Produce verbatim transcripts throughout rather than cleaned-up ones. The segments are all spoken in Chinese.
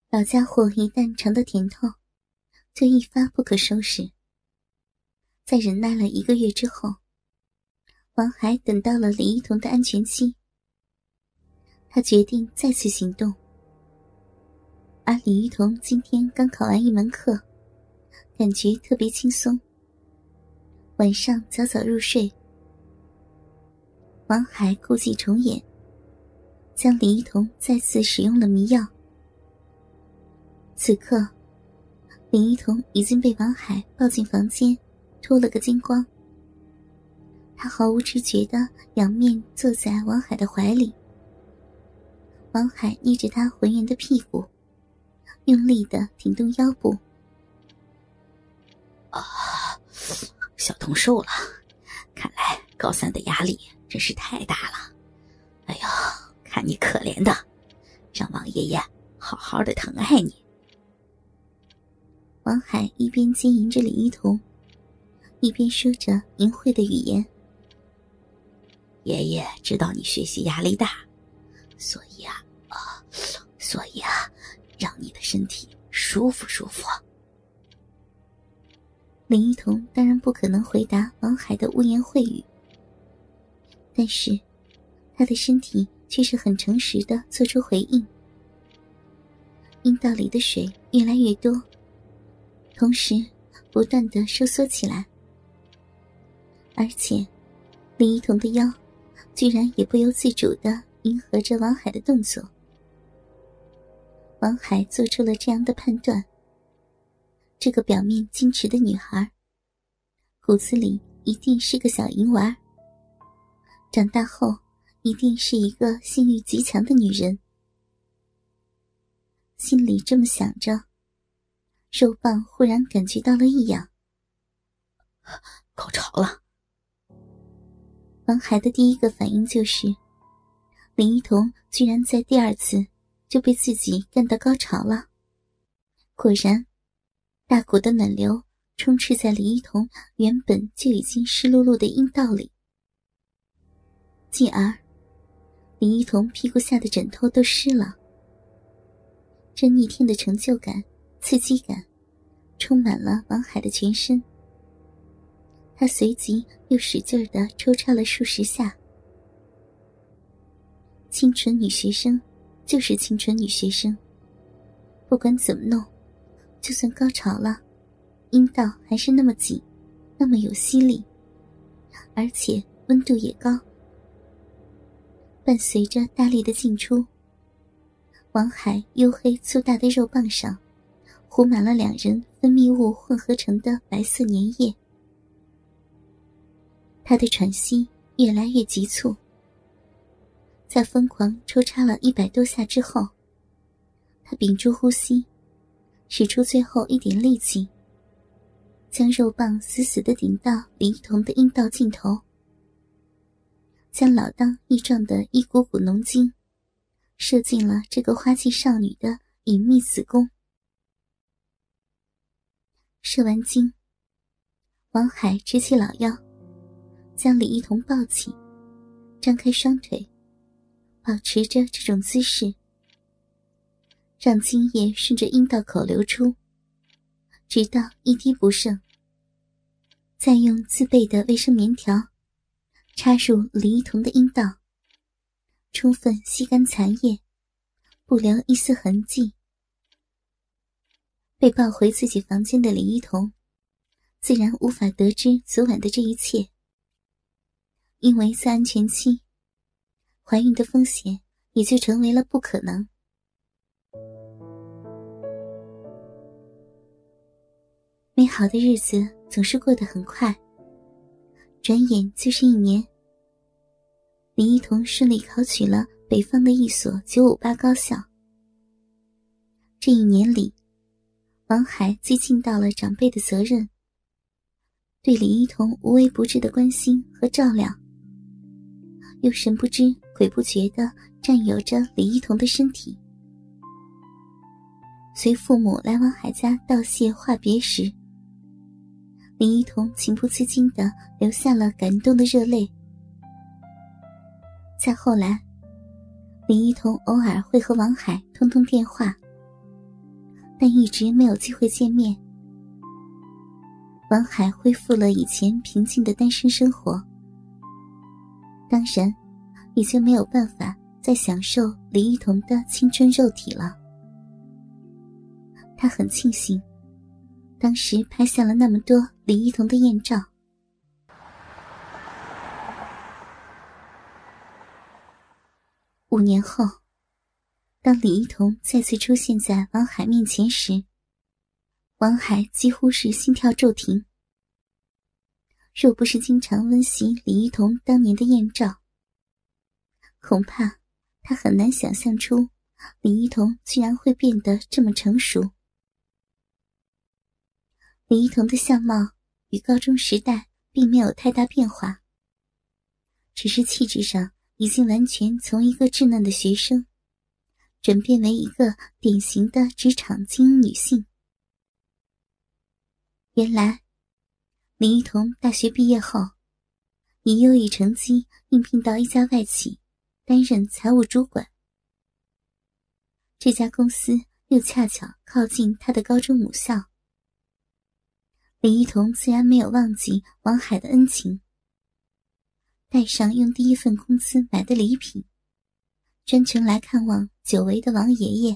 老家伙一旦尝到甜头，就一发不可收拾。在忍耐了一个月之后，王海等到了李一桐的安全期，他决定再次行动。而李一桐今天刚考完一门课，感觉特别轻松，晚上早早入睡。王海故伎重演，将李一桐再次使用了迷药。此刻李一桐已经被王海抱进房间，脱了个精光。他毫无知觉地仰面坐在王海的怀里，王海捏着他浑圆的屁股，用力地挺动腰部。 啊，小童瘦了，看来高三的压力真是太大了。哎呦，看你可怜的，让王爷爷好好的疼爱你。 王海一边经营着李一桐，一边说着淫秽的语言。 爷爷知道你学习压力大，所以啊啊，所以啊，让你的身体舒服舒服。 李一桐当然不可能回答王海的污言秽语，但是他的身体却是很诚实地做出回应。阴道里的水越来越多，同时不断地收缩起来，而且李一桐的腰居然也不由自主地迎合着王海的动作。王海做出了这样的判断，这个表面矜持的女孩，骨子里一定是个小淫娃，长大后一定是一个性欲极强的女人。心里这么想着，肉棒忽然感觉到了异样， 高潮了。 王海的第一个反应就是李一桐居然在第二次就被自己干到高潮了。果然，大股的暖流充斥在李一桐原本就已经湿漉漉的阴道里，继而李一桐屁股下的枕头都湿了。这逆天的成就感、刺激感充满了王海的全身，他随即又使劲地抽插了数十下。清纯女学生就是清纯女学生，不管怎么弄，就算高潮了，阴道还是那么紧，那么有吸力，而且温度也高。伴随着大力的进出，王海黝黑粗大的肉棒上糊满了两人分泌物混合成的白色粘液。他的喘息越来越急促，在疯狂抽插了一百多下之后，他屏住呼吸，使出最后一点力气，将肉棒死死地顶到李一桐的阴道尽头，将老当益壮的一股股浓精射进了这个花季少女的隐秘子宫。射完精，王海直起老腰，将李一桐抱起，张开双腿，保持着这种姿势，让精液顺着阴道口流出，直到一滴不剩，再用自备的卫生棉条插入李一桐的阴道，充分吸干残液，不留一丝痕迹。被抱回自己房间的李一桐自然无法得知昨晚的这一切，因为在安全期，怀孕的风险也就成为了不可能。美好的日子总是过得很快，转眼就是一年。李一桐顺利考取了北方的一所九五八高校。这一年里，王海既尽到了长辈的责任，对李一桐无微不至的关心和照料，又神不知鬼不觉地占有着李一桐的身体。随父母来王海家道谢话别时，李一桐情不自禁地流下了感动的热泪。再后来，李一桐偶尔会和王海通通电话， 但一直没有机会见面。王海恢复了以前平静的单身生活，当然已经没有办法再享受李一桐的青春肉体了。他很庆幸当时拍下了那么多李一桐的艳照。五年后，当李一桐再次出现在王海面前时，王海几乎是心跳骤停。若不是经常温习李一桐当年的艳照，恐怕他很难想象出李一桐居然会变得这么成熟。李一桐的相貌与高中时代并没有太大变化，只是气质上已经完全从一个稚嫩的学生转变为一个典型的职场精英女性。原来李一桐大学毕业后以优异成绩应聘到一家外企担任财务主管，这家公司又恰巧靠近她的高中母校。李一桐自然没有忘记王海的恩情，带上用第一份工资买的礼品，专程来看望久违的王爷爷。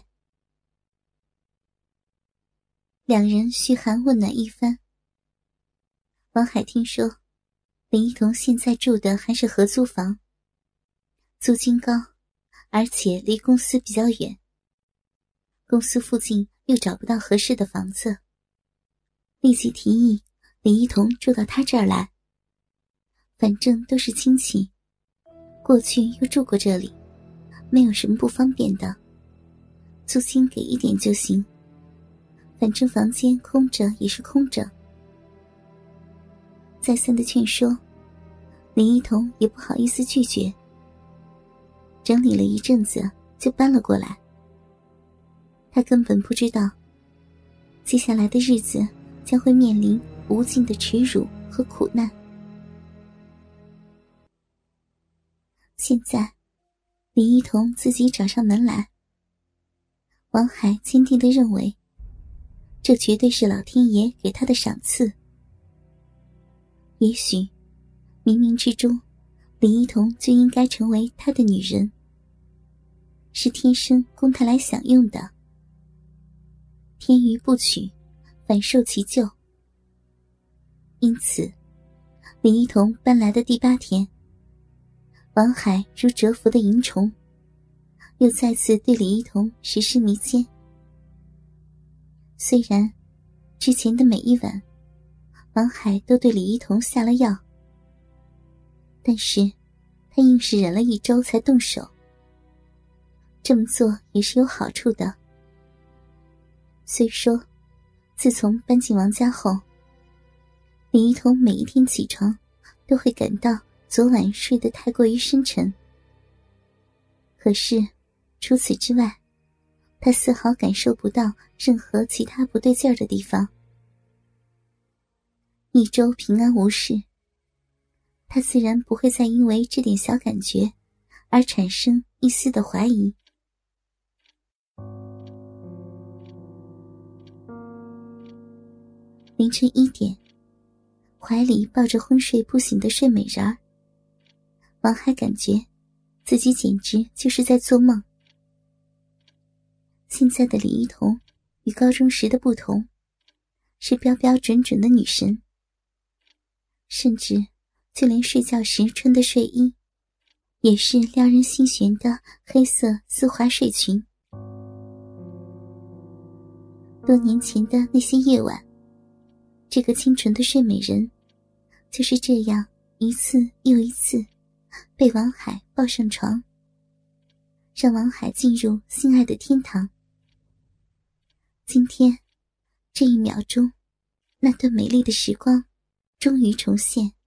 两人嘘寒问暖一番。王海听说李一桐现在住的还是合租房，租金高，而且离公司比较远，公司附近又找不到合适的房子，立即提议李一桐住到他这儿来。反正都是亲戚，过去又住过这里，没有什么不方便的，租金给一点就行，反正房间空着也是空着。再三的劝说，李一桐也不好意思拒绝，整理了一阵子就搬了过来。他根本不知道接下来的日子将会面临无尽的耻辱和苦难。现在李一桐自己找上门来，王海坚定地认为这绝对是老天爷给他的赏赐。也许冥冥之中李一桐就应该成为他的女人，是天生供他来享用的。天予不取，反受其咎。因此李一桐搬来的第八天，王海如蛰伏的蝇虫，又再次对李一桐实施迷奸。虽然之前的每一晚王海都对李一桐下了药，但是他硬是忍了一周才动手。这么做也是有好处的。虽说自从搬进王家后，李一桐每一天起床都会感到昨晚睡得太过于深沉，可是除此之外，他丝毫感受不到任何其他不对劲儿的地方。一周平安无事，他自然不会再因为这点小感觉而产生一丝的怀疑。凌晨一点，怀里抱着昏睡不醒的睡美人儿，王海感觉自己简直就是在做梦。现在的李一桐与高中时的不同，是标标准准的女神，甚至就连睡觉时穿的睡衣也是撩人心弦的黑色丝滑睡裙。多年前的那些夜晚，这个清纯的睡美人就是这样一次又一次被王海抱上床，让王海进入性爱的天堂。今天这一秒钟，那段美丽的时光终于重现。